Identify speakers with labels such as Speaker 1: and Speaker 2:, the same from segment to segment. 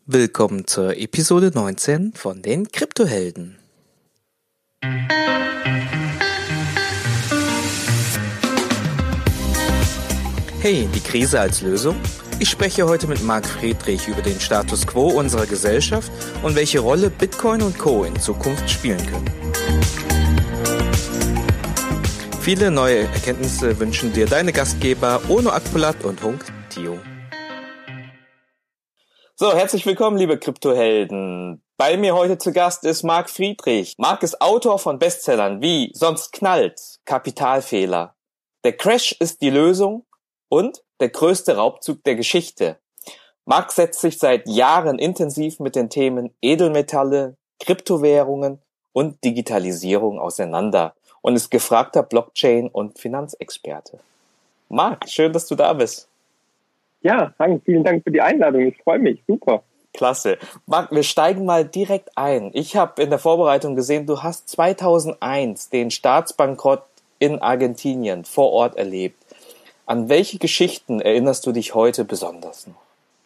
Speaker 1: Willkommen zur Episode 19 von den Kryptohelden. Hey, die Krise als Lösung? Ich spreche heute mit Marc Friedrich über den Status quo unserer Gesellschaft und welche Rolle Bitcoin und Co. in Zukunft spielen können. Viele neue Erkenntnisse wünschen dir deine Gastgeber Ono Akpolat und Hunk Tio. So, herzlich willkommen, liebe Kryptohelden. Bei mir heute zu Gast ist Marc Friedrich. Marc ist Autor von Bestsellern wie Sonst knallt, Kapitalfehler, Der Crash ist die Lösung und Der größte Raubzug der Geschichte. Marc setzt sich seit Jahren intensiv mit den Themen Edelmetalle, Kryptowährungen und Digitalisierung auseinander und ist gefragter Blockchain- und Finanzexperte. Marc, schön, dass du da bist.
Speaker 2: Ja, Hank, vielen Dank für die Einladung. Ich freue mich. Super.
Speaker 1: Klasse. Marc, wir steigen mal direkt ein. Ich habe in der Vorbereitung gesehen, du hast 2001 den Staatsbankrott in Argentinien vor Ort erlebt. An welche Geschichten erinnerst du dich heute besonders noch?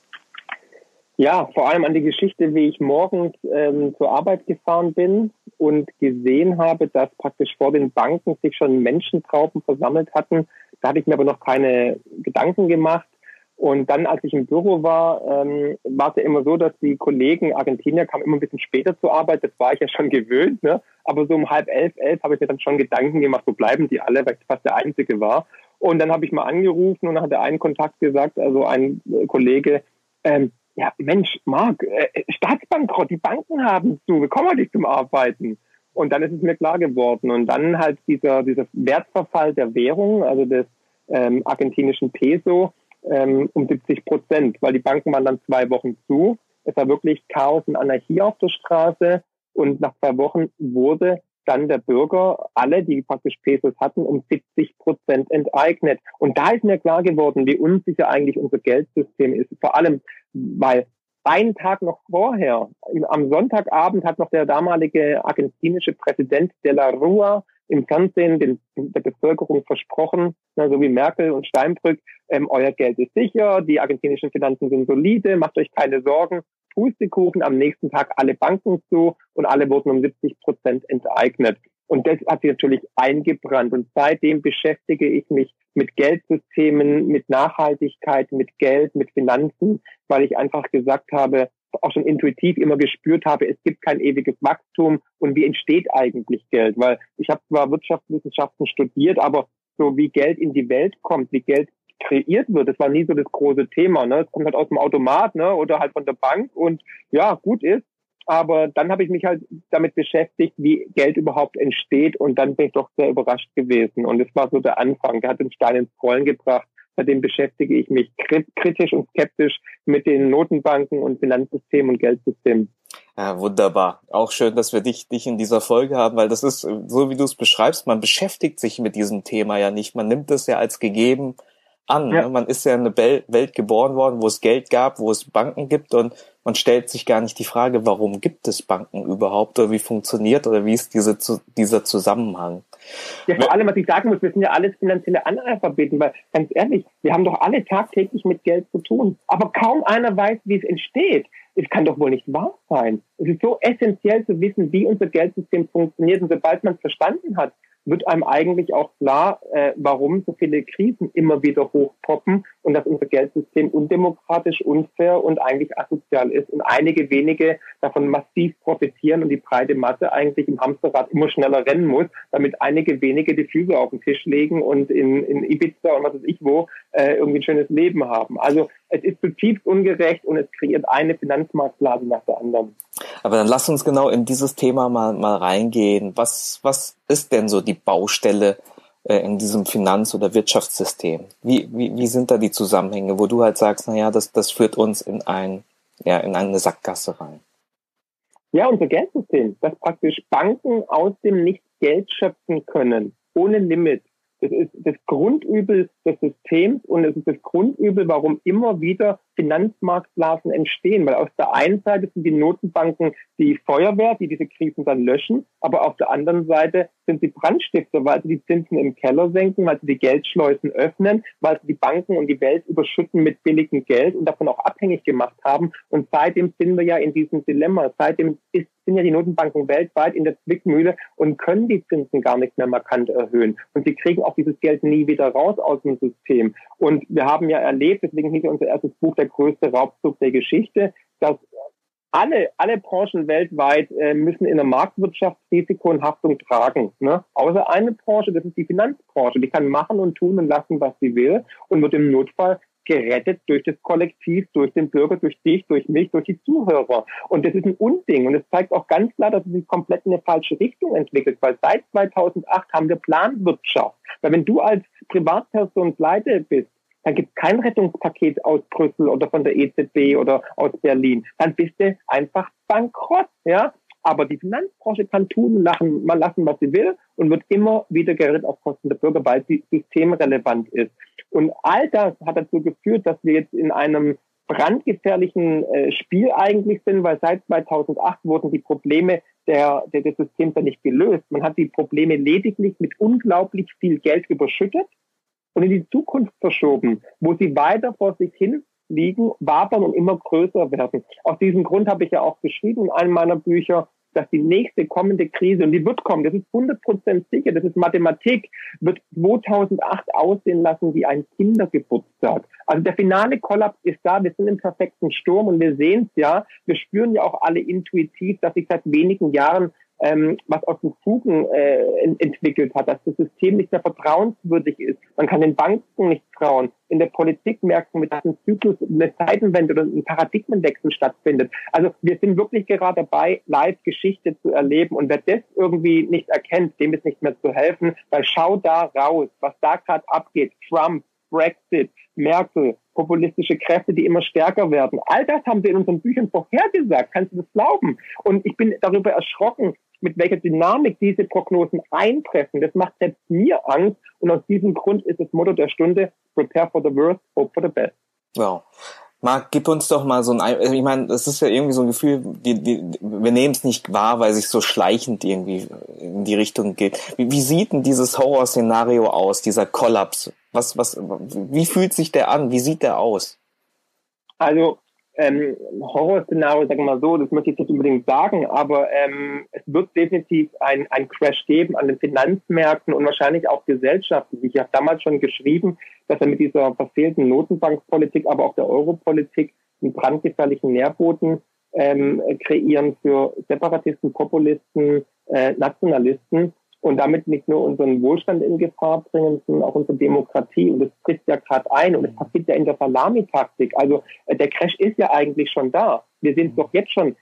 Speaker 2: Ja, vor allem an die Geschichte, wie ich morgens zur Arbeit gefahren bin und gesehen habe, dass praktisch vor den Banken sich schon Menschentrauben versammelt hatten. Da hatte ich mir aber noch keine Gedanken gemacht. Und dann, als ich im Büro war, war es ja immer so, dass die Kollegen Argentinier kamen immer ein bisschen später zur Arbeit. Das war ich ja schon gewöhnt, ne? Aber so um 10:30, 11 habe ich mir dann schon Gedanken gemacht, wo bleiben die alle, weil ich fast der Einzige war. Und dann habe ich mal angerufen und dann hat der einen Kontakt gesagt, also ein Kollege, ja Mensch, Marc, Staatsbankrott, die Banken haben zu, wir kommen nicht zum Arbeiten. Und dann ist es mir klar geworden. Und dann halt dieser Wertverfall der Währung, also des argentinischen Peso, um 70%, weil die Banken waren dann 2 Wochen zu. Es war wirklich Chaos und Anarchie auf der Straße. Und nach 2 Wochen wurde dann der Bürger, alle, die praktisch Pesos hatten, um 70% enteignet. Und da ist mir klar geworden, wie unsicher eigentlich unser Geldsystem ist. Vor allem, weil einen Tag noch vorher, am Sonntagabend, hat noch der damalige argentinische Präsident de la Rúa im Fernsehen der Bevölkerung versprochen, so wie Merkel und Steinbrück, euer Geld ist sicher, die argentinischen Finanzen sind solide, macht euch keine Sorgen. Pustekuchen, am nächsten Tag alle Banken zu und alle wurden um 70% enteignet. Und das hat sich natürlich eingebrannt. Und seitdem beschäftige ich mich mit Geldsystemen, mit Nachhaltigkeit, mit Geld, mit Finanzen, weil ich einfach gesagt habe, auch schon intuitiv immer gespürt habe, es gibt kein ewiges Wachstum und wie entsteht eigentlich Geld? Weil ich habe zwar Wirtschaftswissenschaften studiert, aber so wie Geld in die Welt kommt, wie Geld kreiert wird, das war nie so das große Thema. Ne? Es kommt halt aus dem Automat, ne? Oder halt von der Bank und ja, gut ist. Aber dann habe ich mich halt damit beschäftigt, wie Geld überhaupt entsteht und dann bin ich doch sehr überrascht gewesen. Und das war so der Anfang, der hat den Stein ins Rollen gebracht. Seitdem beschäftige ich mich kritisch und skeptisch mit den Notenbanken und Finanzsystemen und Geldsystemen.
Speaker 1: Ja, wunderbar. Auch schön, dass wir dich in dieser Folge haben, weil das ist, so wie du es beschreibst, man beschäftigt sich mit diesem Thema ja nicht. Man nimmt es ja als gegeben an. Ja. Ne? Man ist ja in eine Welt geboren worden, wo es Geld gab, wo es Banken gibt und man stellt sich gar nicht die Frage, warum gibt es Banken überhaupt oder wie funktioniert oder wie ist dieser Zusammenhang?
Speaker 2: Ja, vor allem, was ich sagen muss, wir sind ja alles finanzielle Analphabeten, weil ganz ehrlich, wir haben doch alle tagtäglich mit Geld zu tun, aber kaum einer weiß, wie es entsteht. Es kann doch wohl nicht wahr sein. Es ist so essentiell zu wissen, wie unser Geldsystem funktioniert und sobald man es verstanden hat, wird einem eigentlich auch klar, warum so viele Krisen immer wieder hochpoppen und dass unser Geldsystem undemokratisch, unfair und eigentlich asozial ist und einige wenige davon massiv profitieren und die breite Masse eigentlich im Hamsterrad immer schneller rennen muss, damit einige wenige die Füße auf den Tisch legen und in Ibiza und was weiß ich wo irgendwie ein schönes Leben haben. Also es ist zutiefst ungerecht und es kreiert eine Finanzmarktblase nach der anderen.
Speaker 1: Aber dann lass uns genau in dieses Thema mal reingehen. Was ist denn so die Baustelle in diesem Finanz- oder Wirtschaftssystem? Wie sind da die Zusammenhänge, wo du halt sagst, naja, das führt uns in eine Sackgasse rein?
Speaker 2: Ja, unser Geldsystem, dass praktisch Banken aus dem Nichts Geld schöpfen können, ohne Limit. Das ist das Grundübel des Systems und es ist das Grundübel, warum immer wieder Finanzmarktblasen entstehen, weil auf der einen Seite sind die Notenbanken die Feuerwehr, die diese Krisen dann löschen, aber auf der anderen Seite sind sie Brandstifter, weil sie die Zinsen im Keller senken, weil sie die Geldschleusen öffnen, weil sie die Banken und die Welt überschütten mit billigem Geld und davon auch abhängig gemacht haben. Und seitdem sind wir ja in diesem Dilemma. Seitdem sind ja die Notenbanken weltweit in der Zwickmühle und können die Zinsen gar nicht mehr markant erhöhen. Und sie kriegen auch dieses Geld nie wieder raus aus dem System. Und wir haben ja erlebt, deswegen hieß ja unser erstes Buch der größte Raubzug der Geschichte, dass alle Branchen weltweit müssen in der Marktwirtschaft Risiko und Haftung tragen. Ne? Außer eine Branche, das ist die Finanzbranche. Die kann machen und tun und lassen, was sie will und wird im Notfall gerettet durch das Kollektiv, durch den Bürger, durch dich, durch mich, durch die Zuhörer. Und das ist ein Unding. Und es zeigt auch ganz klar, dass es sich komplett in eine falsche Richtung entwickelt. Weil seit 2008 haben wir Planwirtschaft. Weil wenn du als Privatperson pleite bist, dann gibt es kein Rettungspaket aus Brüssel oder von der EZB oder aus Berlin. Dann bist du einfach bankrott, ja. Aber die Finanzbranche kann tun und lassen, was sie will und wird immer wieder gerettet auf Kosten der Bürger, weil sie systemrelevant ist. Und all das hat dazu geführt, dass wir jetzt in einem brandgefährlichen Spiel eigentlich sind, weil seit 2008 wurden die Probleme des Systems ja nicht gelöst. Man hat die Probleme lediglich mit unglaublich viel Geld überschüttet und in die Zukunft verschoben, wo sie weiter vor sich hin liegen, wabern und immer größer werden. Aus diesem Grund habe ich ja auch geschrieben in einem meiner Bücher, dass die nächste kommende Krise, und die wird kommen, das ist 100% sicher, das ist Mathematik, wird 2008 aussehen lassen wie ein Kindergeburtstag. Also der finale Kollaps ist da, wir sind im perfekten Sturm und wir sehen es ja, wir spüren ja auch alle intuitiv, dass sich seit wenigen Jahren was aus den Fugen entwickelt hat, dass das System nicht mehr vertrauenswürdig ist. Man kann den Banken nicht trauen. In der Politik merken wir, dass ein Zyklus, eine Zeitenwende oder ein Paradigmenwechsel stattfindet. Also wir sind wirklich gerade dabei, Live-Geschichte zu erleben. Und wer das irgendwie nicht erkennt, dem ist nicht mehr zu helfen, weil schau da raus, was da gerade abgeht. Trump, Brexit, Merkel, populistische Kräfte, die immer stärker werden. All das haben wir in unseren Büchern vorhergesagt. Kannst du das glauben? Und ich bin darüber erschrocken, mit welcher Dynamik diese Prognosen eintreffen. Das macht selbst mir Angst. Und aus diesem Grund ist das Motto der Stunde: Prepare for the worst, hope for the best.
Speaker 1: Wow. Marc, gib uns doch mal so ein, ich meine, das ist ja irgendwie so ein Gefühl, wir nehmen es nicht wahr, weil sich so schleichend irgendwie in die Richtung geht. Wie sieht denn dieses Horrorszenario aus, dieser Kollaps? Wie fühlt sich der an? Wie sieht der aus?
Speaker 2: Also, Horrorszenario, sagen wir mal so, das möchte ich nicht unbedingt sagen, aber es wird definitiv ein Crash geben an den Finanzmärkten und wahrscheinlich auch gesellschaftlich. Ich habe damals schon geschrieben, dass er mit dieser verfehlten Notenbankpolitik, aber auch der Europolitik einen brandgefährlichen Nährboden kreieren für Separatisten, Populisten, Nationalisten und damit nicht nur unseren Wohlstand in Gefahr bringen, sondern auch unsere Demokratie. Und das tritt ja gerade ein und es passiert ja in der Salamitaktik. Also der Crash ist ja eigentlich schon da. Wir sehen es doch jetzt schon.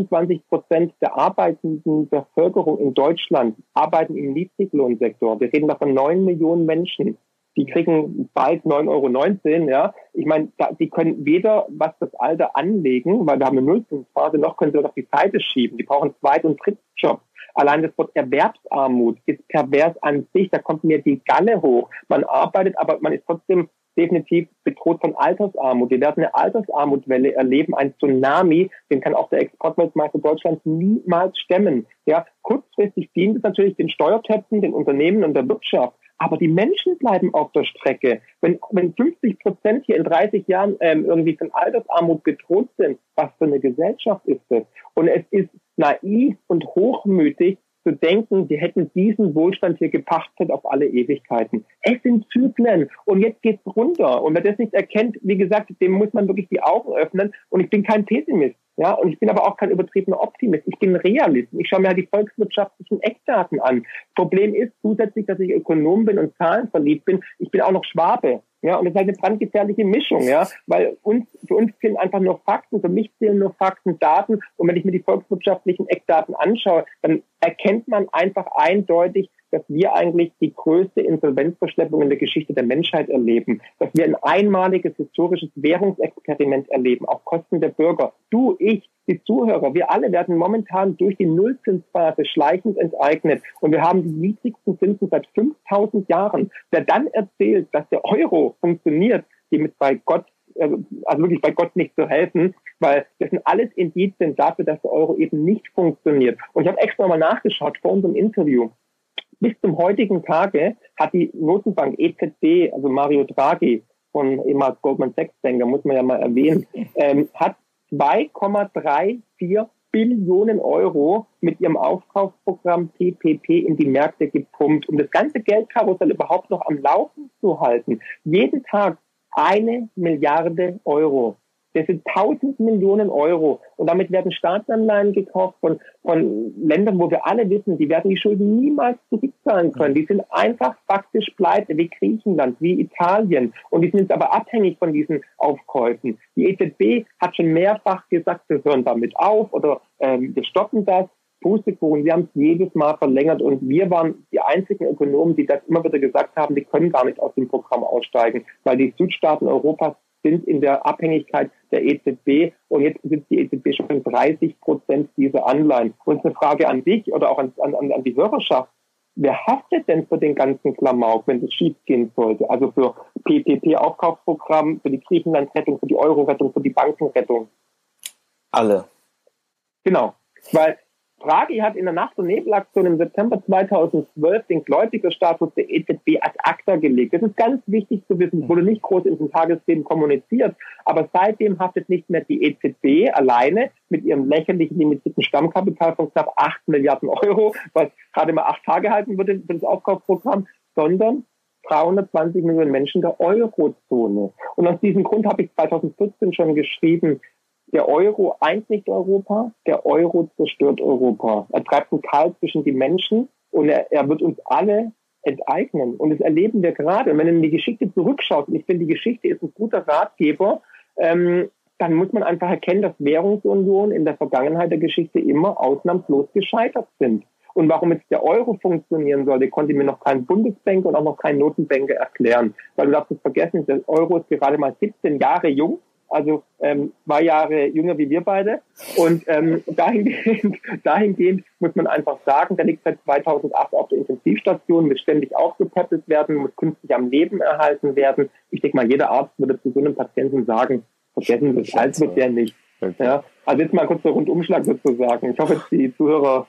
Speaker 2: 25% der arbeitenden Bevölkerung in Deutschland arbeiten im Niedriglohnsektor. Wir reden da von 9 Millionen Menschen. Die kriegen bald 9,19 €, ja. Ich meine, die können weder was das Alter anlegen, weil wir haben eine Nullzinsphase, noch können sie das auf die Seite schieben. Die brauchen Zweit- und Drittjobs. Allein das Wort Erwerbsarmut ist pervers an sich, da kommt mir die Galle hoch. Man arbeitet, aber man ist trotzdem definitiv bedroht von Altersarmut. Wir werden eine Altersarmutwelle erleben, ein Tsunami, den kann auch der Exportweltmeister Deutschland niemals stemmen. Ja, kurzfristig dient es natürlich den Steuertöpfen, den Unternehmen und der Wirtschaft. Aber die Menschen bleiben auf der Strecke. Wenn 50% hier in 30 Jahren irgendwie von Altersarmut bedroht sind, was für eine Gesellschaft ist das? Und es ist naiv und hochmütig zu denken, wir hätten diesen Wohlstand hier gepachtet auf alle Ewigkeiten. Es sind Zyklen und jetzt geht's runter. Und wer das nicht erkennt, wie gesagt, dem muss man wirklich die Augen öffnen. Und ich bin kein Pessimist. Ja, und ich bin aber auch kein übertriebener Optimist. Ich bin Realist. Ich schaue mir halt die volkswirtschaftlichen Eckdaten an. Problem ist zusätzlich, dass ich Ökonom bin und zahlenverliebt bin. Ich bin auch noch Schwabe. Ja, und das ist halt eine brandgefährliche Mischung, ja, weil für uns zählen einfach nur Fakten, für mich zählen nur Fakten, Daten. Und wenn ich mir die volkswirtschaftlichen Eckdaten anschaue, dann erkennt man einfach eindeutig, dass wir eigentlich die größte Insolvenzverschleppung in der Geschichte der Menschheit erleben, dass wir ein einmaliges historisches Währungsexperiment erleben, auf Kosten der Bürger. Du, ich, die Zuhörer, wir alle werden momentan durch die Nullzinsphase schleichend enteignet und wir haben die niedrigsten Zinsen seit 5000 Jahren. Wer dann erzählt, dass der Euro funktioniert, dem ist bei Gott also wirklich bei Gott nicht zu helfen, weil das sind alles Indizien dafür, dass der Euro eben nicht funktioniert. Und ich habe extra mal nachgeschaut vor unserem Interview. Bis zum heutigen Tage hat die Notenbank EZB, also Mario Draghi von ehemals Goldman Sachs Banker, muss man ja mal erwähnen, hat 2,34 Billionen Euro mit ihrem Aufkaufsprogramm PPP in die Märkte gepumpt, um das ganze Geldkarussell überhaupt noch am Laufen zu halten. Jeden Tag 1 Milliarde Euro. Das sind 1000 Millionen Euro. Und damit werden Staatsanleihen gekauft von Ländern, wo wir alle wissen, die werden die Schulden niemals zurückzahlen können. Die sind einfach faktisch pleite, wie Griechenland, wie Italien. Und die sind jetzt aber abhängig von diesen Aufkäufen. Die EZB hat schon mehrfach gesagt, wir hören damit auf oder wir stoppen das. Pustekuchen, wir haben es jedes Mal verlängert und wir waren die einzigen Ökonomen, die das immer wieder gesagt haben, die können gar nicht aus dem Programm aussteigen, weil die Südstaaten Europas sind in der Abhängigkeit der EZB und jetzt besitzt die EZB schon 30% dieser Anleihen. Und eine Frage an dich oder auch an die Hörerschaft. Wer haftet denn für den ganzen Klamauk, wenn es schief gehen sollte? Also für PPP-Aufkaufsprogramm, für die Griechenland-Rettung, für die Euro-Rettung, für die Bankenrettung?
Speaker 1: Alle.
Speaker 2: Genau, weil Draghi hat in der Nacht- und Nebelaktion im September 2012 den Gläubigerstatus der EZB ad acta gelegt. Das ist ganz wichtig zu wissen, wurde nicht groß in den Tagesthemen kommuniziert, aber seitdem haftet nicht mehr die EZB alleine mit ihrem lächerlich limitierten Stammkapital von knapp 8 Milliarden Euro, was gerade mal 8 Tage halten würde für das Aufkaufsprogramm, sondern 320 Millionen Menschen der Eurozone. Und aus diesem Grund habe ich 2014 schon geschrieben, der Euro eint nicht Europa, der Euro zerstört Europa. Er treibt einen Keil zwischen die Menschen und er wird uns alle enteignen. Und das erleben wir gerade. Und wenn man in die Geschichte zurückschaut, und ich finde, die Geschichte ist ein guter Ratgeber, dann muss man einfach erkennen, dass Währungsunionen in der Vergangenheit der Geschichte immer ausnahmslos gescheitert sind. Und warum jetzt der Euro funktionieren sollte, konnte mir noch kein Bundesbanker und auch noch kein Notenbanker erklären. Weil du darfst nicht vergessen, der Euro ist gerade mal 17 Jahre jung. Also 2 Jahre jünger wie wir beide. Und dahingehend muss man einfach sagen, der liegt seit 2008 auf der Intensivstation, muss ständig aufgepäppelt werden, muss künstlich am Leben erhalten werden. Ich denke mal, jeder Arzt würde zu so einem Patienten sagen, vergessen Sie, alt wird der nicht. Ja, also jetzt mal kurz der Rundumschlag sozusagen. Ich hoffe, die Zuhörer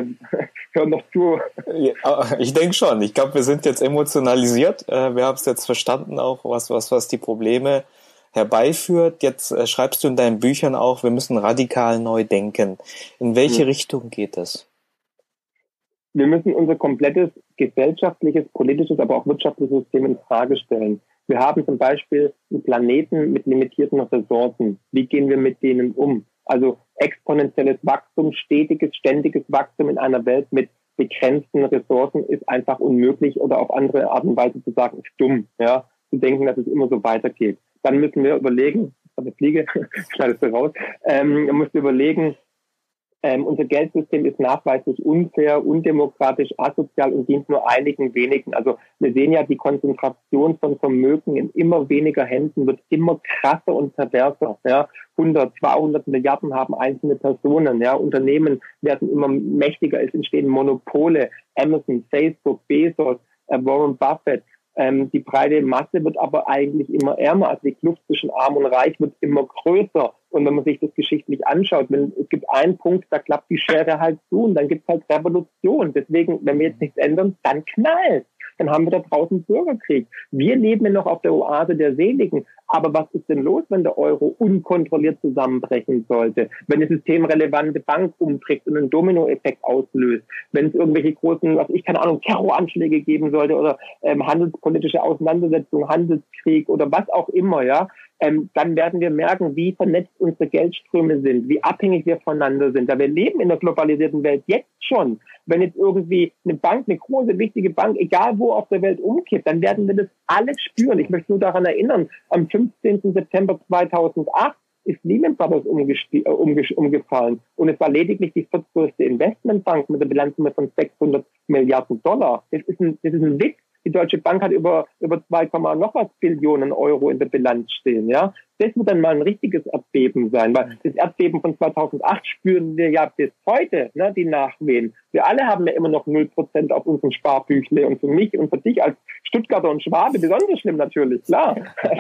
Speaker 2: hören noch zu.
Speaker 1: Ja, ich denke schon. Ich glaube, wir sind jetzt emotionalisiert. Wir haben es jetzt verstanden auch, was die Probleme herbeiführt. Jetzt schreibst du in deinen Büchern auch, wir müssen radikal neu denken. In welche Richtung geht es?
Speaker 2: Wir müssen unser komplettes gesellschaftliches, politisches, aber auch wirtschaftliches System in Frage stellen. Wir haben zum Beispiel einen Planeten mit limitierten Ressourcen. Wie gehen wir mit denen um? Also exponentielles Wachstum, stetiges, ständiges Wachstum in einer Welt mit begrenzten Ressourcen ist einfach unmöglich oder auf andere Art und Weise zu sagen, ist dumm, ja, zu denken, dass es immer so weitergeht. Dann müssen wir überlegen, eine Fliege, schneidest du raus, man muss überlegen, unser Geldsystem ist nachweislich unfair, undemokratisch, asozial und dient nur einigen wenigen. Also wir sehen ja, die Konzentration von Vermögen in immer weniger Händen wird immer krasser und perverser. Ja? 100, 200 Milliarden haben einzelne Personen. Ja? Unternehmen werden immer mächtiger, es entstehen Monopole, Amazon, Facebook, Bezos, Warren Buffett. Die breite Masse wird aber eigentlich immer ärmer. Also die Kluft zwischen Arm und Reich wird immer größer. Und wenn man sich das geschichtlich anschaut, es gibt einen Punkt, da klappt die Schere halt zu und dann gibt es halt Revolution. Deswegen, wenn wir jetzt nichts ändern, dann knallt. Dann haben wir da draußen Bürgerkrieg. Wir leben ja noch auf der Oase der Seligen. Aber was ist denn los, wenn der Euro unkontrolliert zusammenbrechen sollte? Wenn eine systemrelevante Bank umträgt und einen Dominoeffekt auslöst? Wenn es irgendwelche großen, Terroranschläge geben sollte oder handelspolitische Auseinandersetzungen, Handelskrieg oder was auch immer, ja? Dann werden wir merken, wie vernetzt unsere Geldströme sind, wie abhängig wir voneinander sind. Da wir leben in der globalisierten Welt jetzt schon. Wenn jetzt irgendwie eine Bank, eine große, wichtige Bank, egal wo auf der Welt umkippt, dann werden wir das alles spüren. Ich möchte nur daran erinnern, am 15. September 2008 ist Lehman Brothers umgefallen. Und es war lediglich die viertgrößte Investmentbank mit einer Bilanzsumme von $600 Milliarden. Das ist ein Witz. Die Deutsche Bank hat über 2, noch was Billionen Euro in der Bilanz stehen, ja. Das wird dann mal ein richtiges Erdbeben sein, weil das Erdbeben von 2008 spüren wir ja bis heute, ne, die Nachwehen. Wir alle haben ja immer noch 0% auf unserem Sparbüchle und für mich und für dich als Stuttgarter und Schwabe besonders schlimm natürlich, klar.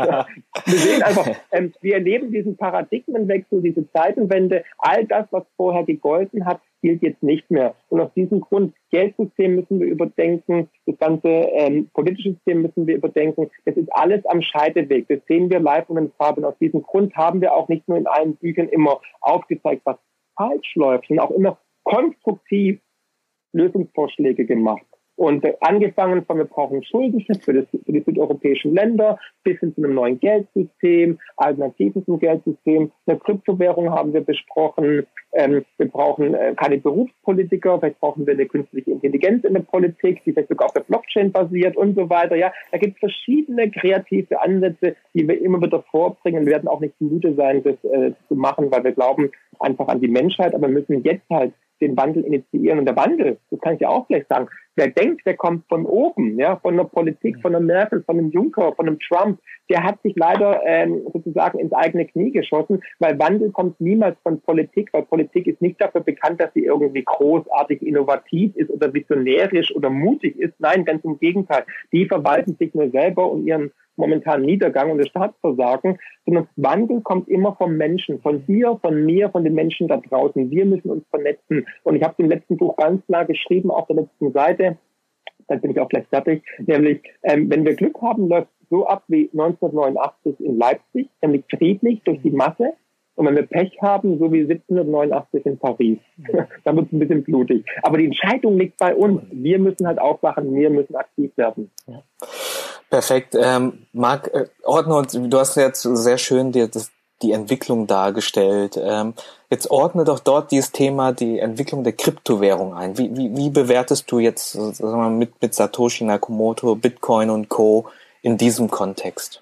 Speaker 2: Wir sehen einfach, wir erleben diesen Paradigmenwechsel, diese Zeitenwende, all das, was vorher gegolten hat, gilt jetzt nicht mehr. Und aus diesem Grund, Geldsystem müssen wir überdenken, das ganze politische System müssen wir überdenken. Das ist alles am Scheideweg. Das sehen wir live und in Farbe. Und aus diesem Grund haben wir auch nicht nur in allen Büchern immer aufgezeigt, was falsch läuft, sondern auch immer konstruktiv Lösungsvorschläge gemacht. Und angefangen von, wir brauchen Schuldenschutz für die südeuropäischen Länder, bis hin zu einem neuen Geldsystem, Alternativen zum Geldsystem. Eine Kryptowährung haben wir besprochen. Wir brauchen keine Berufspolitiker, vielleicht brauchen wir eine künstliche Intelligenz in der Politik, die vielleicht sogar auf der Blockchain basiert und so weiter. Ja, da gibt es verschiedene kreative Ansätze, die wir immer wieder vorbringen. Wir werden auch nicht müde sein, das zu machen, weil wir glauben einfach an die Menschheit, aber wir müssen jetzt halt den Wandel initiieren. Und der Wandel, das kann ich ja auch gleich sagen, wer denkt, der kommt von oben, ja, von der Politik, von der Merkel, von dem Juncker, von dem Trump, der hat sich leider sozusagen ins eigene Knie geschossen, weil Wandel kommt niemals von Politik, weil Politik ist nicht dafür bekannt, dass sie irgendwie großartig innovativ ist oder visionärisch oder mutig ist. Nein, ganz im Gegenteil. Die verwalten sich nur selber und ihren momentanen Niedergang und das Staatsversagen, sondern Wandel kommt immer vom Menschen, von dir, von mir, von den Menschen da draußen. Wir müssen uns vernetzen. Und ich habe im letzten Buch ganz klar geschrieben, auf der letzten Seite, dann bin ich auch gleich fertig, nämlich, wenn wir Glück haben, läuft so ab wie 1989 in Leipzig, nämlich friedlich durch die Masse. Und wenn wir Pech haben, so wie 1789 in Paris, dann wird es ein bisschen blutig. Aber die Entscheidung liegt bei uns. Wir müssen halt aufwachen, wir müssen aktiv werden.
Speaker 1: Ja. Perfekt. Marc, ordne uns, du hast jetzt sehr schön die Entwicklung dargestellt. Jetzt ordne doch dort dieses Thema, die Entwicklung der Kryptowährung ein. Wie bewertest du jetzt, sagen wir mal, mit Satoshi Nakamoto, Bitcoin und Co. in diesem Kontext?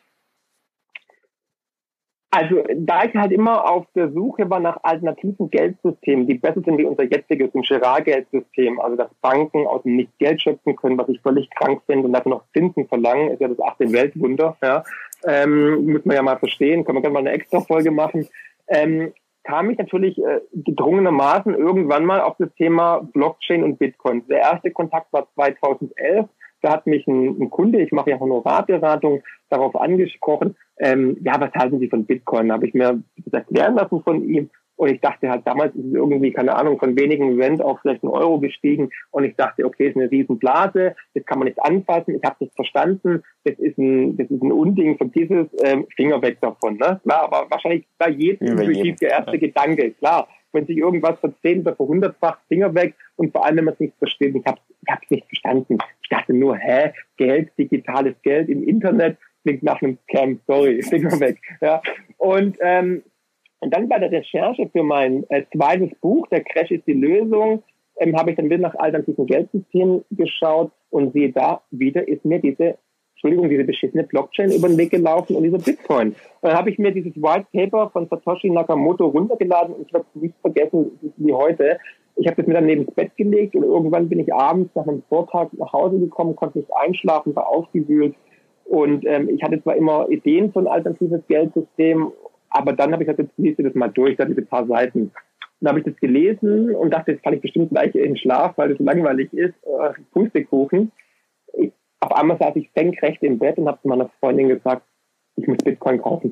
Speaker 2: Also, da ich halt immer auf der Suche war nach alternativen Geldsystemen, die besser sind wie unser jetziges, ein Girard-Geldsystem, also dass Banken aus dem Nichts Geld schöpfen können, was ich völlig krank finde und dafür noch Zinsen verlangen, ist ja das 8. Weltwunder, ja. Muss man ja mal verstehen, können wir gerne mal eine extra Folge machen. Kam ich natürlich gedrungenermaßen irgendwann mal auf das Thema Blockchain und Bitcoin. Der erste Kontakt war 2011. Da hat mich ein Kunde, ich mache ja Honorarberatung, darauf angesprochen, ja, was halten Sie von Bitcoin? Da habe ich mir das erklären lassen von ihm und ich dachte halt, damals ist es irgendwie, keine Ahnung, von wenigen Cent auf vielleicht €1 gestiegen und ich dachte, okay, ist eine Riesenblase, das kann man nicht anfassen, ich habe das verstanden, das ist ein Unding, vergiss es, Finger weg davon, ne? Klar, aber wahrscheinlich bei jedem intuitiv der erste Gedanke, klar, wenn sich irgendwas verzehn oder verhundertfacht, Finger weg und vor allem, wenn man es nicht versteht, ich habe es nicht verstanden. Ich dachte nur, Geld, digitales Geld im Internet, klingt nach einem Scam, sorry, Finger weg. Ja. Und dann bei der Recherche für mein zweites Buch, Der Crash ist die Lösung, habe ich dann wieder nach alternativen Geldsystemen geschaut und siehe da, wieder ist mir diese beschissene Blockchain über den Weg gelaufen und dieser Bitcoin. Und dann habe ich mir dieses White Paper von Satoshi Nakamoto runtergeladen und ich werde es nicht vergessen, wie heute. Ich habe das mir dann neben das Bett gelegt und irgendwann bin ich abends nach einem Vortrag nach Hause gekommen, konnte nicht einschlafen, war aufgewühlt und ich hatte zwar immer Ideen für ein alternatives Geldsystem, aber dann habe ich gesagt, jetzt liest du das mal durch, da diese paar Seiten. Dann habe ich das gelesen und dachte, jetzt kann ich bestimmt gleich in den Schlaf, weil das so langweilig ist, Pustekuchen. Auf einmal saß ich senkrecht im Bett und habe zu meiner Freundin gesagt, ich muss Bitcoin kaufen.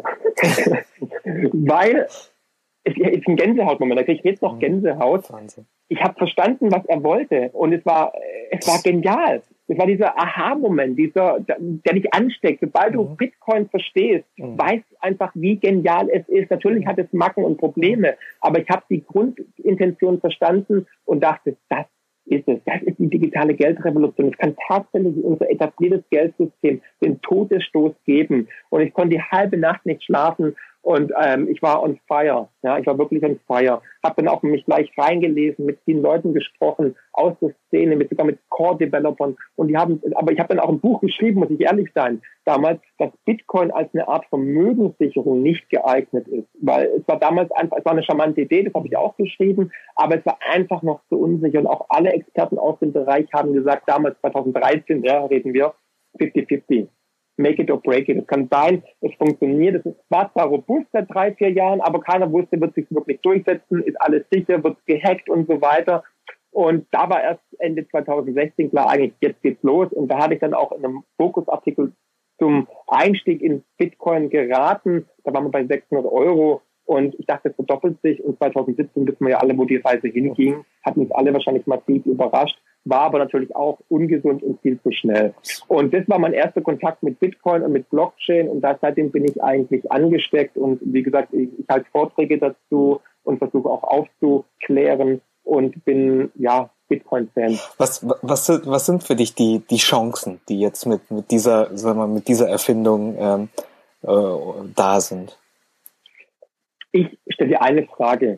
Speaker 2: Weil es ist ein Gänsehautmoment, da kriege ich jetzt noch Gänsehaut. Wahnsinn. Ich habe verstanden, was er wollte und es war genial. Es war dieser Aha-Moment, der dich ansteckt. Sobald du Bitcoin verstehst, weißt du einfach, wie genial es ist. Natürlich hat es Macken und Probleme, aber ich habe die Grundintention verstanden und dachte, das ist es. Das ist die digitale Geldrevolution. Es kann tatsächlich unser etabliertes Geldsystem den Todesstoß geben. Und ich konnte die halbe Nacht nicht schlafen und ich war on fire. Ja, ich war wirklich on fire. Habe dann auch mich gleich reingelesen, mit vielen Leuten gesprochen aus der Szene, sogar mit Core-Developern. Aber ich habe dann auch ein Buch geschrieben, muss ich ehrlich sein, damals, dass Bitcoin als eine Art Vermögenssicherung nicht geeignet ist. Weil es war damals einfach, es war eine charmante Idee, das habe ich auch geschrieben, aber es war einfach noch zu unsicher. Und auch alle Experten aus dem Bereich haben gesagt, damals 2013, ja, reden wir, 50-50. Make it or break it. Es kann sein, es funktioniert. Es war zwar robust seit 3-4 Jahren, aber keiner wusste, wird sich wirklich durchsetzen, ist alles sicher, wird gehackt und so weiter. Und da war erst Ende 2016 klar, eigentlich jetzt geht's los. Und da hatte ich dann auch in einem Fokusartikel zum Einstieg in Bitcoin geraten. Da waren wir bei 600 Euro. Und ich dachte, es verdoppelt sich. Und 2017 wissen wir ja alle, wo die Reise hinging. Hat uns alle wahrscheinlich massiv überrascht. War aber natürlich auch ungesund und viel zu schnell. Und das war mein erster Kontakt mit Bitcoin und mit Blockchain. Und seitdem bin ich eigentlich angesteckt. Und wie gesagt, ich halte Vorträge dazu und versuche auch aufzuklären und bin, ja, Bitcoin-Fan.
Speaker 1: Was sind für dich die Chancen, die jetzt mit dieser, sagen wir mal, mit dieser Erfindung da sind?
Speaker 2: Ich stelle dir eine Frage.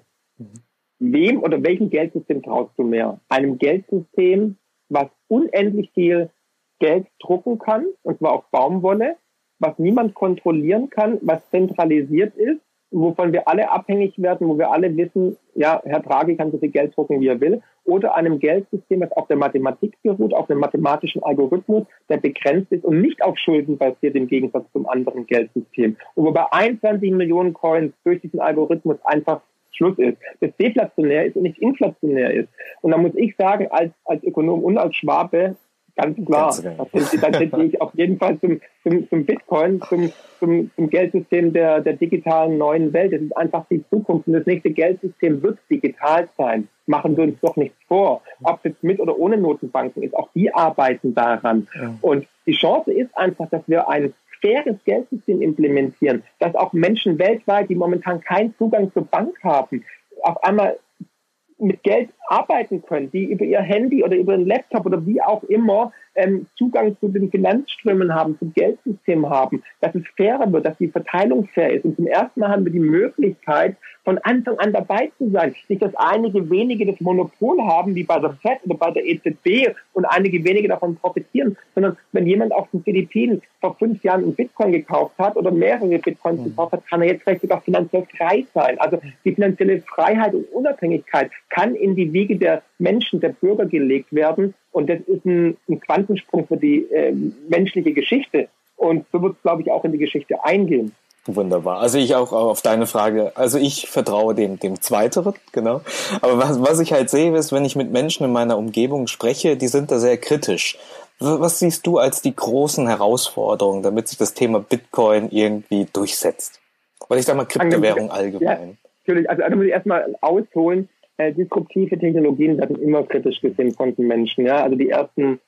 Speaker 2: Wem oder welchem Geldsystem traust du mehr? Einem Geldsystem, was unendlich viel Geld drucken kann, und zwar auf Baumwolle, was niemand kontrollieren kann, was zentralisiert ist, wovon wir alle abhängig werden, wo wir alle wissen, ja, Herr Draghi kann so viel Geld drucken, wie er will, oder einem Geldsystem, das auf der Mathematik beruht, auf einem mathematischen Algorithmus, der begrenzt ist und nicht auf Schulden basiert, im Gegensatz zum anderen Geldsystem. Und wo bei 21 Millionen Coins durch diesen Algorithmus einfach Schluss ist, das deflationär ist und nicht inflationär ist. Und da muss ich sagen, als Ökonom und als Schwabe, ganz klar, dann hätte ich auf jeden Fall zum Bitcoin, zum Geldsystem der digitalen neuen Welt. Das ist einfach die Zukunft. Und das nächste Geldsystem wird digital sein. Machen wir uns doch nichts vor. Ob es mit oder ohne Notenbanken ist, auch die arbeiten daran. Ja. Und die Chance ist einfach, dass wir ein faires Geldsystem implementieren, dass auch Menschen weltweit, die momentan keinen Zugang zur Bank haben, auf einmal mit Geld arbeiten können, die über ihr Handy oder über einen Laptop oder wie auch immer Zugang zu den Finanzströmen haben, zum Geldsystem haben, dass es fairer wird, dass die Verteilung fair ist. Und zum ersten Mal haben wir die Möglichkeit, von Anfang an dabei zu sein. Nicht, dass einige wenige das Monopol haben, wie bei der FED oder bei der EZB, und einige wenige davon profitieren, sondern wenn jemand auf den Philippinen vor 5 Jahren einen Bitcoin gekauft hat oder mehrere Bitcoins gekauft hat, kann er jetzt vielleicht sogar finanziell frei sein. Also die finanzielle Freiheit und Unabhängigkeit kann in die Wiege der Menschen, der Bürger gelegt werden. Und das ist ein Quantensprung für die menschliche Geschichte. Und so wird es, glaube ich, auch in die Geschichte eingehen.
Speaker 1: Wunderbar. Also ich auch auf deine Frage, also ich vertraue dem Zweiteren, genau. Aber was ich halt sehe, ist, wenn ich mit Menschen in meiner Umgebung spreche, die sind da sehr kritisch. Was siehst du als die großen Herausforderungen, damit sich das Thema Bitcoin irgendwie durchsetzt? Weil ich sage mal Kryptowährung allgemein. Ja,
Speaker 2: natürlich. Also da muss ich erstmal ausholen. Disruptive Technologien werden immer kritisch gesehen von den Menschen. Ja? Also die ersten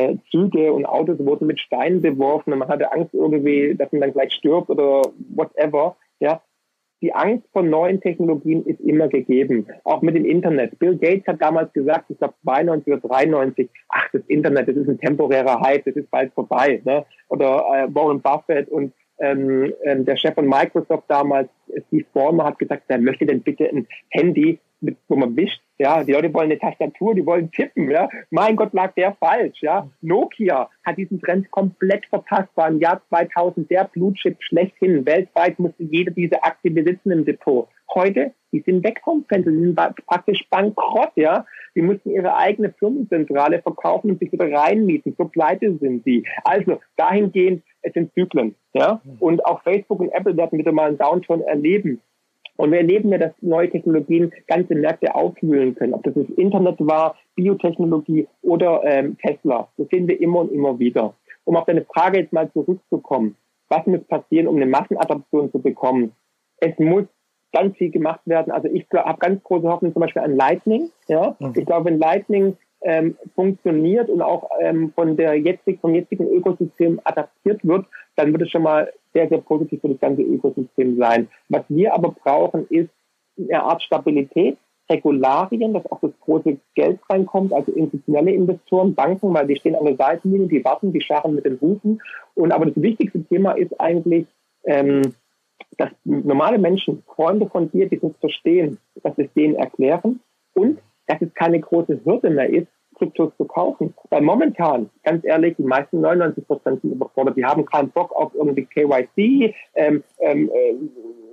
Speaker 2: Züge und Autos wurden mit Steinen beworfen und man hatte Angst irgendwie, dass man dann gleich stirbt oder whatever. Ja? Die Angst vor neuen Technologien ist immer gegeben, auch mit dem Internet. Bill Gates hat damals gesagt, ich glaube 92 oder 93, ach, das Internet, das ist ein temporärer Hype, das ist bald vorbei. Ne? Oder Warren Buffett und der Chef von Microsoft damals, Steve Ballmer, hat gesagt, wer möchte denn bitte ein Handy, wo man wischt, ja, die Leute wollen eine Tastatur, die wollen tippen, ja, mein Gott, lag der falsch, ja, Nokia hat diesen Trend komplett verpasst, war im Jahr 2000 der Blue-Chip schlechthin, weltweit musste jeder diese Aktie besitzen im Depot. Heute, die sind weg vom Fenster, die sind praktisch bankrott, ja, die mussten ihre eigene Firmenzentrale verkaufen und sich wieder reinmieten, so pleite sind sie. Also, dahingehend, es sind Zyklen, ja, und auch Facebook und Apple werden wieder mal einen Downturn erleben. Und wir erleben ja, dass neue Technologien ganze Märkte aufwühlen können. Ob das Internet war, Biotechnologie oder Tesla. Das sehen wir immer und immer wieder. Um auf deine Frage jetzt mal zurückzukommen. Was muss passieren, um eine Massenadaption zu bekommen? Es muss ganz viel gemacht werden. Also ich habe ganz große Hoffnung zum Beispiel an Lightning. Ja? Ich glaube, wenn Lightning funktioniert und auch vom jetzigen Ökosystem adaptiert wird, dann wird es schon mal sehr, sehr positiv für das ganze Ökosystem sein. Was wir aber brauchen, ist eine Art Stabilität, Regularien, dass auch das große Geld reinkommt, also institutionelle Investoren, Banken, weil die stehen an der Seitenlinie, die warten, die scharren mit den Hufen. Und aber das wichtigste Thema ist eigentlich, dass normale Menschen, Freunde von dir, die das verstehen, dass wir es denen erklären und dass es keine große Hürde mehr ist, Kryptos zu kaufen. Weil momentan, ganz ehrlich, die meisten 99% sind überfordert. Die haben keinen Bock auf irgendwie KYC,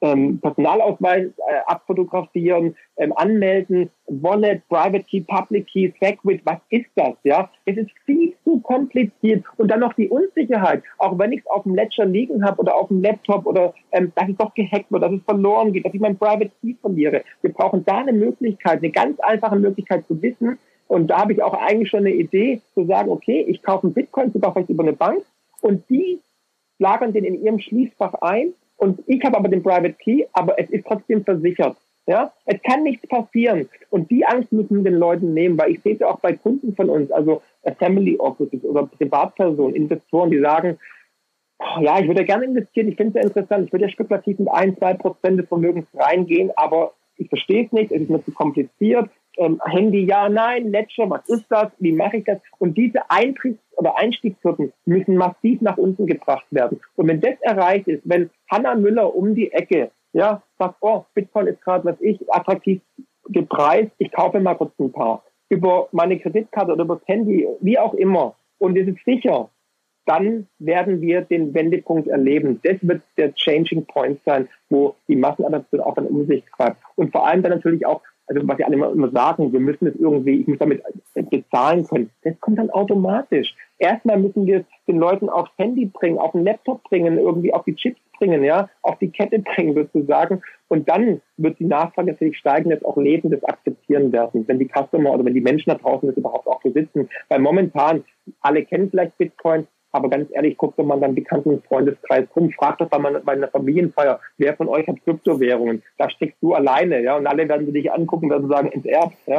Speaker 2: Personalausweis abfotografieren, anmelden, Wallet, Private Key, Public Key, Segwit, was ist das? Ja, es ist viel zu kompliziert und dann noch die Unsicherheit, auch wenn ich es auf dem Ledger liegen habe oder auf dem Laptop oder dass es doch gehackt wird, dass es verloren geht, dass ich mein Private Key verliere. Wir brauchen da eine Möglichkeit, eine ganz einfache Möglichkeit zu wissen und da habe ich auch eigentlich schon eine Idee zu sagen, okay, ich kaufe einen Bitcoin sogar vielleicht über eine Bank und die lagern den in ihrem Schließfach ein. Und ich habe aber den Private Key, aber es ist trotzdem versichert. Ja, es kann nichts passieren. Und die Angst müssen wir den Leuten nehmen, weil ich sehe es ja auch bei Kunden von uns, also Family Offices oder Privatpersonen, Investoren, die sagen, oh, ja, ich würde ja gerne investieren, ich finde es ja interessant, ich würde ja spekulativ mit 1-2% des Vermögens reingehen, aber ich verstehe es nicht, es ist mir zu kompliziert. Handy, ja, nein, Ledger, was ist das, wie mache ich das? Und diese oder Einstiegshürden müssen massiv nach unten gebracht werden. Und wenn das erreicht ist, wenn Hanna Müller um die Ecke, ja, sagt, oh, Bitcoin ist gerade, attraktiv gepreist, ich kaufe mal kurz ein paar, über meine Kreditkarte oder über das Handy, wie auch immer, und es ist sicher, dann werden wir den Wendepunkt erleben. Das wird der Changing Point sein, wo die Massenadaption auch dann um sich greift. Und vor allem dann natürlich auch, also was ja alle immer sagen, wir müssen es irgendwie, ich muss damit bezahlen können. Das kommt dann automatisch. Erstmal müssen wir es den Leuten aufs Handy bringen, auf den Laptop bringen, irgendwie auf die Chips bringen, ja, auf die Kette bringen sozusagen. Und dann wird die Nachfrage natürlich steigen, dass auch Läden das akzeptieren werden, wenn die Customer oder wenn die Menschen da draußen das überhaupt auch besitzen. Weil momentan, alle kennen vielleicht Bitcoin, aber ganz ehrlich, guckt doch mal in deinem bekannten Freundeskreis rum, fragt doch mal bei einer Familienfeier, wer von euch hat Kryptowährungen? Da steckst du alleine, ja, und alle werden sie dich angucken und werden sagen, ins Erb, ja.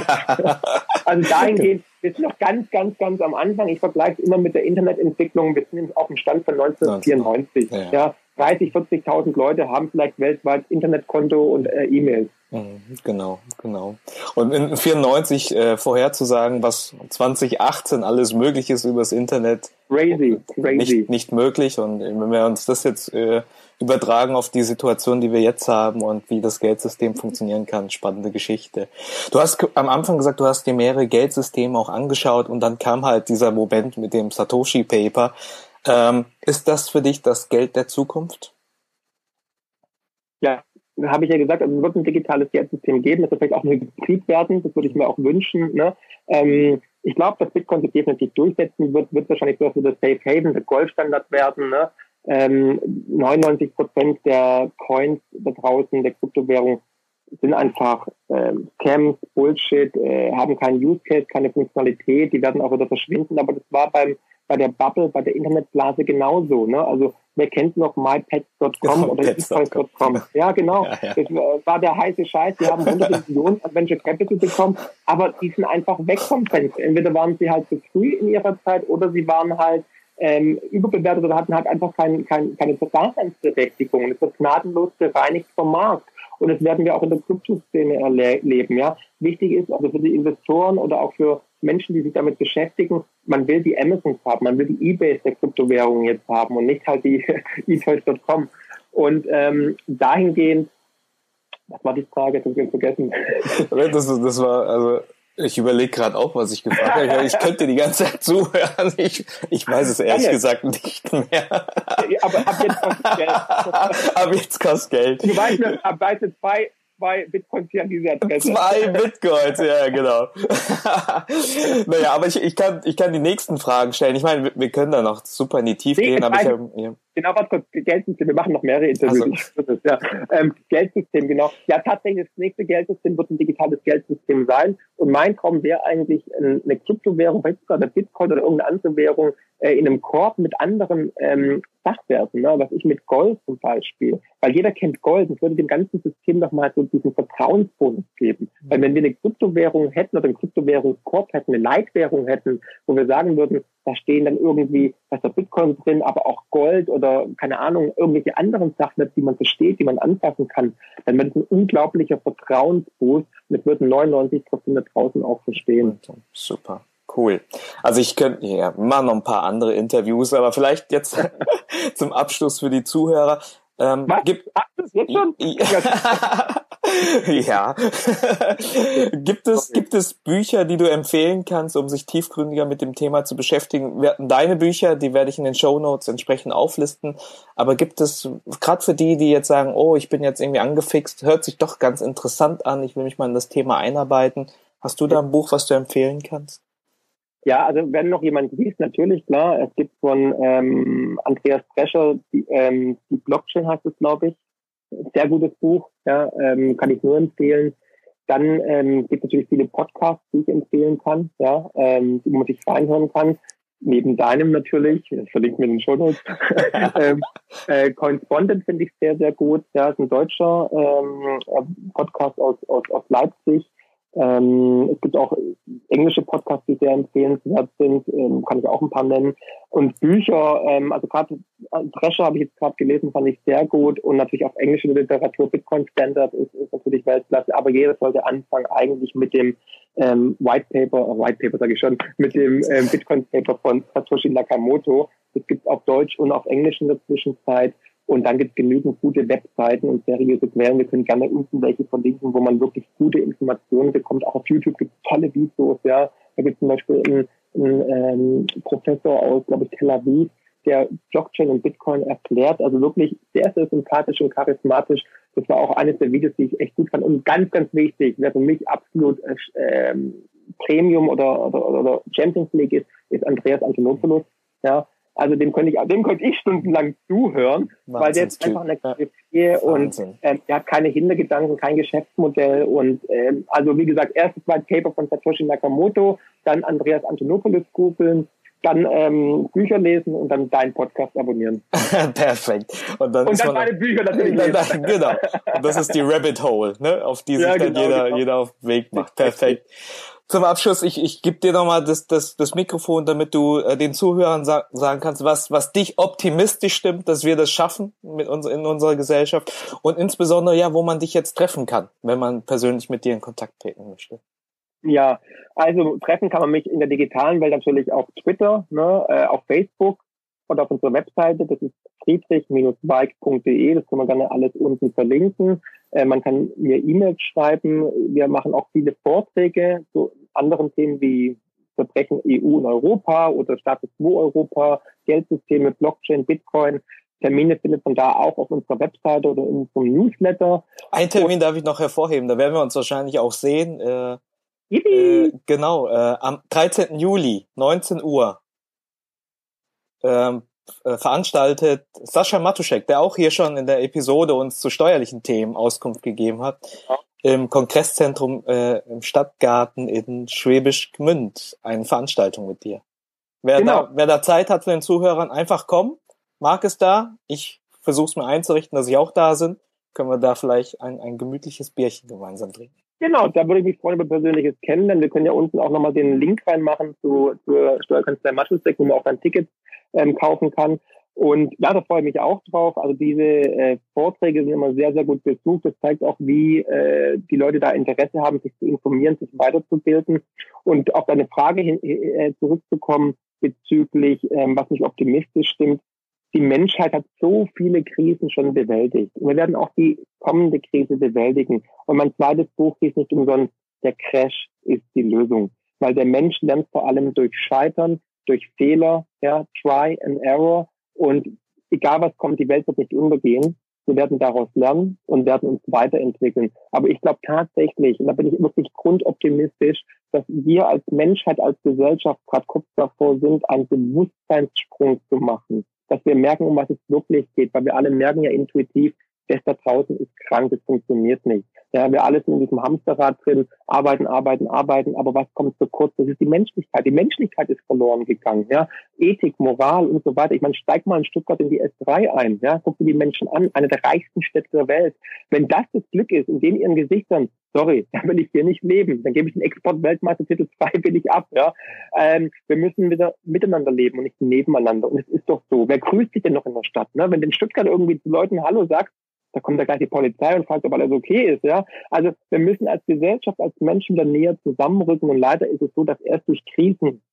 Speaker 2: Also dahingehend, wir sind noch ganz, ganz, ganz am Anfang. Ich vergleiche es immer mit der Internetentwicklung. Wir sind auf dem Stand von 1994. Ja, 30.000, 40.000 Leute haben vielleicht weltweit Internetkonto und E-Mails.
Speaker 1: Genau. Und in 94 vorherzusagen, was 2018 alles möglich ist übers Internet,
Speaker 2: crazy.
Speaker 1: Nicht möglich. Und wenn wir uns das jetzt übertragen auf die Situation, die wir jetzt haben und wie das Geldsystem funktionieren kann, spannende Geschichte. Du hast am Anfang gesagt, du hast dir mehrere Geldsysteme auch angeschaut und dann kam halt dieser Moment mit dem Satoshi Paper. Ist das für dich das Geld der Zukunft?
Speaker 2: Ja, habe ich ja gesagt, also es wird ein digitales Geldsystem geben, das wird vielleicht auch ein Hybrid werden, das würde ich mir auch wünschen. Ne? Ich glaube, dass Bitcoin sich definitiv durchsetzen wird wahrscheinlich so das Safe Haven, der Goldstandard werden. Ne? 99% der Coins da draußen, der Kryptowährung, sind einfach Scams, Bullshit, haben keinen Use Case, keine Funktionalität, die werden auch wieder verschwinden, aber das war bei der Bubble, bei der Internetblase genauso. Ne? Also wer kennt noch mypets.com oder eToys.com? Ja, genau. Ja. Das war der heiße Scheiß. Die haben 100 Millionen an Venture Capital bekommen, aber die sind einfach weg vom Fenster. Entweder waren sie halt zu früh in ihrer Zeit oder sie waren halt überbewertet oder hatten halt einfach keine Daseinsberechtigung. Es wird gnadenlos bereinigt vom Markt. Und das werden wir auch in der Kryptoszene erleben. Ja? Wichtig ist also für die Investoren oder auch für Menschen, die sich damit beschäftigen, man will die Amazons haben, man will die Ebays der Kryptowährungen jetzt haben und nicht halt die eToys.com. Und dahingehend, was war die Frage? Das habe ich vergessen.
Speaker 1: Das war, also ich überlege gerade auch, was ich gefragt habe. Ich könnte die ganze Zeit zuhören. Ich weiß es ehrlich gesagt nicht mehr.
Speaker 2: Aber ab jetzt kostet Geld.
Speaker 1: Ab jetzt kostet Geld.
Speaker 2: Du weißt, ab jetzt zwei Bitcoins hier an diese Adresse.
Speaker 1: 2 Bitcoins, ja, genau. Naja, aber ich kann die nächsten Fragen stellen. Ich meine, wir können da noch super in die Tiefe gehen, aber
Speaker 2: Genau, was kurz, Geldsystem, wir machen noch mehrere Interviews. Also. Geldsystem, genau. Ja, tatsächlich, das nächste Geldsystem wird ein digitales Geldsystem sein. Und mein Traum wäre eigentlich eine Kryptowährung, vielleicht sogar der Bitcoin oder irgendeine andere Währung, in einem Korb mit anderen Sachwerten, ne? Was ich mit Gold zum Beispiel. Weil jeder kennt Gold. Es würde dem ganzen System nochmal so diesen Vertrauensbonus geben. Weil wenn wir eine Kryptowährung hätten oder einen Kryptowährungskorb hätten, eine Leitwährung hätten, wo wir sagen würden, da stehen dann irgendwie, da ist der Bitcoin drin, aber auch Gold oder, keine Ahnung, irgendwelche anderen Sachen, die man versteht, die man anfassen kann, dann wird es ein unglaublicher Vertrauensboost und das würden 99% da draußen auch verstehen.
Speaker 1: Super. Cool. Also ich könnte, wir machen noch ein paar andere Interviews, aber vielleicht jetzt zum Abschluss für die Zuhörer.
Speaker 2: Was? Jetzt schon?
Speaker 1: Ja. Gibt es Bücher, die du empfehlen kannst, um sich tiefgründiger mit dem Thema zu beschäftigen? Deine Bücher, die werde ich in den Shownotes entsprechend auflisten. Aber gibt es, gerade für die jetzt sagen, oh, ich bin jetzt irgendwie angefixt, hört sich doch ganz interessant an, ich will mich mal in das Thema einarbeiten. Hast du da ein Buch, was du empfehlen kannst?
Speaker 2: Ja, also wenn noch jemand liest, natürlich, klar. Es gibt von Andreas Drescher, die Blockchain heißt es, glaube ich. Sehr gutes Buch, ja, kann ich nur empfehlen. Dann gibt es natürlich viele Podcasts, die ich empfehlen kann, ja, wo man sich reinhören kann. Neben deinem natürlich, das verlinkt mir in den Shownotes. Correspondent finde ich sehr, sehr gut. Ja, ist ein deutscher Podcast aus Leipzig. Es gibt auch englische Podcasts, die sehr empfehlenswert sind, kann ich auch ein paar nennen. Und Bücher, also gerade Drescher habe ich jetzt gerade gelesen, fand ich sehr gut. Und natürlich auch englische Literatur, Bitcoin Standard ist natürlich Weltklasse. Aber jeder sollte anfangen eigentlich mit dem White Paper sage ich schon, mit dem Bitcoin Paper von Satoshi Nakamoto. Das gibt es auf Deutsch und auf Englisch in der Zwischenzeit. Und dann gibt es genügend gute Webseiten und seriöse Quellen. Wir können gerne unten welche verlinken, wo man wirklich gute Informationen bekommt. Auch auf YouTube gibt es tolle Videos. Ja, da gibt es zum Beispiel einen Professor aus, glaube ich, Tel Aviv, der Blockchain und Bitcoin erklärt. Also wirklich sehr, sehr sympathisch und charismatisch. Das war auch eines der Videos, die ich echt gut fand. Und ganz, ganz wichtig, wer für mich absolut Premium oder Champions League ist Andreas Antonopoulos. Ja, also dem könnte ich stundenlang zuhören, weil der ist einfach eine Qualität und der hat keine Hintergedanken, kein Geschäftsmodell und also wie gesagt, erstes White Paper von Satoshi Nakamoto, dann Andreas Antonopoulos googeln, dann Bücher lesen und dann deinen Podcast abonnieren.
Speaker 1: Perfekt. Und dann
Speaker 2: meine Bücher natürlich lesen.
Speaker 1: Genau. Und das ist die Rabbit Hole, ne, auf die sich dann jeder auf den Weg macht. Perfekt. Zum Abschluss, ich gebe dir nochmal das Mikrofon, damit du den Zuhörern sagen kannst, was dich optimistisch stimmt, dass wir das schaffen in unserer Gesellschaft und insbesondere ja, wo man dich jetzt treffen kann, wenn man persönlich mit dir in Kontakt treten möchte.
Speaker 2: Ja, also treffen kann man mich in der digitalen Welt natürlich auf Twitter, ne, auf Facebook und auf unserer Webseite. Das ist friedrich-bike.de. Das kann man gerne alles unten verlinken. Man kann mir E-Mails schreiben. Wir machen auch viele Vorträge zu anderen Themen wie Verbrechen EU und Europa oder Status Quo Europa, Geldsysteme, Blockchain, Bitcoin. Termine findet man da auch auf unserer Webseite oder in unserem Newsletter.
Speaker 1: Ein Termin darf ich noch hervorheben, da werden wir uns wahrscheinlich auch sehen. Genau, am 13. Juli, 19 Uhr, veranstaltet Sascha Matuschek, der auch hier schon in der Episode uns zu steuerlichen Themen Auskunft gegeben hat, im Kongresszentrum im Stadtgarten in Schwäbisch Gmünd eine Veranstaltung mit dir. Wer da Zeit hat von den Zuhörern, einfach kommen. Marc ist da. Ich versuche es mir einzurichten, dass ich auch da bin. Können wir da vielleicht ein gemütliches Bierchen gemeinsam trinken.
Speaker 2: Genau, da würde ich mich freuen über persönliches Kennenlernen. Wir können ja unten auch nochmal den Link reinmachen zur Steuerkanzlei Matuschek, wo man auch ein Ticket kaufen kann. Und ja, da freue ich mich auch drauf. Also diese Vorträge sind immer sehr, sehr gut besucht. Das zeigt auch, wie die Leute da Interesse haben, sich zu informieren, sich weiterzubilden. Und auf deine Frage zurückzukommen bezüglich, was mich optimistisch stimmt. Die Menschheit hat so viele Krisen schon bewältigt. Und wir werden auch die kommende Krise bewältigen. Und mein zweites Buch ist nicht umsonst, der Crash ist die Lösung. Weil der Mensch lernt vor allem durch Scheitern, durch Fehler, ja, Try and Error. Und egal was kommt, die Welt wird nicht untergehen. Wir werden daraus lernen und werden uns weiterentwickeln. Aber ich glaube tatsächlich, und da bin ich wirklich grundoptimistisch, dass wir als Menschheit, als Gesellschaft gerade kurz davor sind, einen Bewusstseinssprung zu machen. Dass wir merken, um was es wirklich geht, weil wir alle merken ja intuitiv, das da draußen ist krank, das funktioniert nicht. Ja, wir alle sind in diesem Hamsterrad drin, arbeiten, aber was kommt zu kurz? Das ist die Menschlichkeit. Die Menschlichkeit ist verloren gegangen, ja. Ethik, Moral und so weiter. Ich meine, steig mal in Stuttgart in die S3 ein, ja. Guck dir die Menschen an, eine der reichsten Städte der Welt. Wenn das Glück ist, in dem ihren Gesichtern, sorry, da will ich hier nicht leben. Dann gebe ich den Export-Weltmeistertitel freiwillig ab, ja. Wir müssen wieder miteinander leben und nicht nebeneinander. Und es ist doch so. Wer grüßt sich denn noch in der Stadt, ne? Wenn du in Stuttgart irgendwie zu Leuten Hallo sagst, da kommt ja gleich die Polizei und fragt, ob alles okay ist, ja. Also wir müssen als Gesellschaft, als Menschen wieder näher zusammenrücken und leider ist es so, dass erst durch Krisen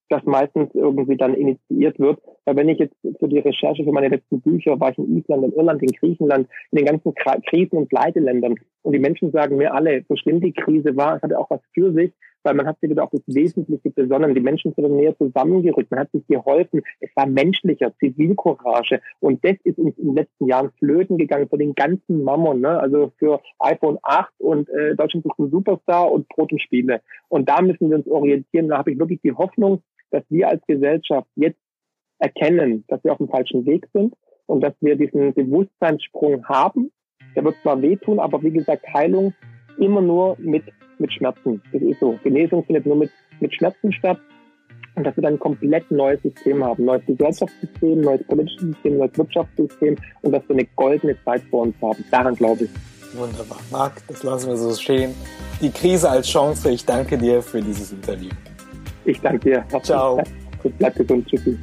Speaker 2: das meistens irgendwie dann initiiert wird. Weil wenn ich jetzt für die Recherche für meine letzten Bücher, war ich in Island, in Irland, in Griechenland, in den ganzen Krisen- und Pleiteländern. Und die Menschen sagen mir alle, so schlimm die Krise war, es hatte auch was für sich, weil man hat sich wieder auf das Wesentliche besonnen. Die Menschen sind näher zusammengerückt, man hat sich geholfen. Es war menschlicher, Zivilcourage. Und das ist uns in den letzten Jahren flöten gegangen für den ganzen Mammon, ne? Also für iPhone 8 und Deutschland sucht einen Superstar und Brot und Spiele. Und da müssen wir uns orientieren. Da habe ich wirklich die Hoffnung, dass wir als Gesellschaft jetzt erkennen, dass wir auf dem falschen Weg sind und dass wir diesen Bewusstseinssprung haben. Der wird zwar wehtun, aber wie gesagt, Heilung immer nur mit Schmerzen. Das ist so. Genesung findet nur mit Schmerzen statt. Und dass wir dann ein komplett neues System haben. Neues Gesellschaftssystem, neues politisches System, neues Wirtschaftssystem und dass wir eine goldene Zeit vor uns haben. Daran glaube ich.
Speaker 1: Wunderbar. Marc, das lassen wir so stehen. Die Krise als Chance. Ich danke dir für dieses Interview.
Speaker 2: Ich danke dir.
Speaker 1: Ciao.
Speaker 2: Bleib gesund. Tschüssi.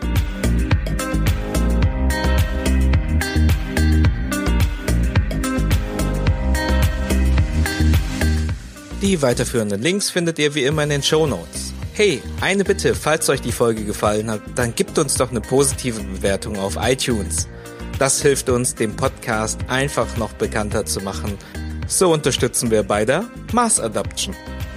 Speaker 1: Die weiterführenden Links findet ihr wie immer in den Shownotes. Hey, eine Bitte, falls euch die Folge gefallen hat, dann gebt uns doch eine positive Bewertung auf iTunes. Das hilft uns, den Podcast einfach noch bekannter zu machen. So unterstützen wir bei der Mass Adoption.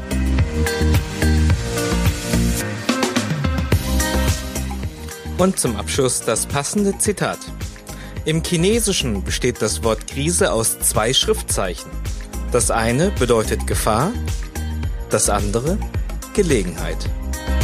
Speaker 1: Und zum Abschluss das passende Zitat. Im Chinesischen besteht das Wort Krise aus 2 Schriftzeichen. Das eine bedeutet Gefahr, das andere Gelegenheit.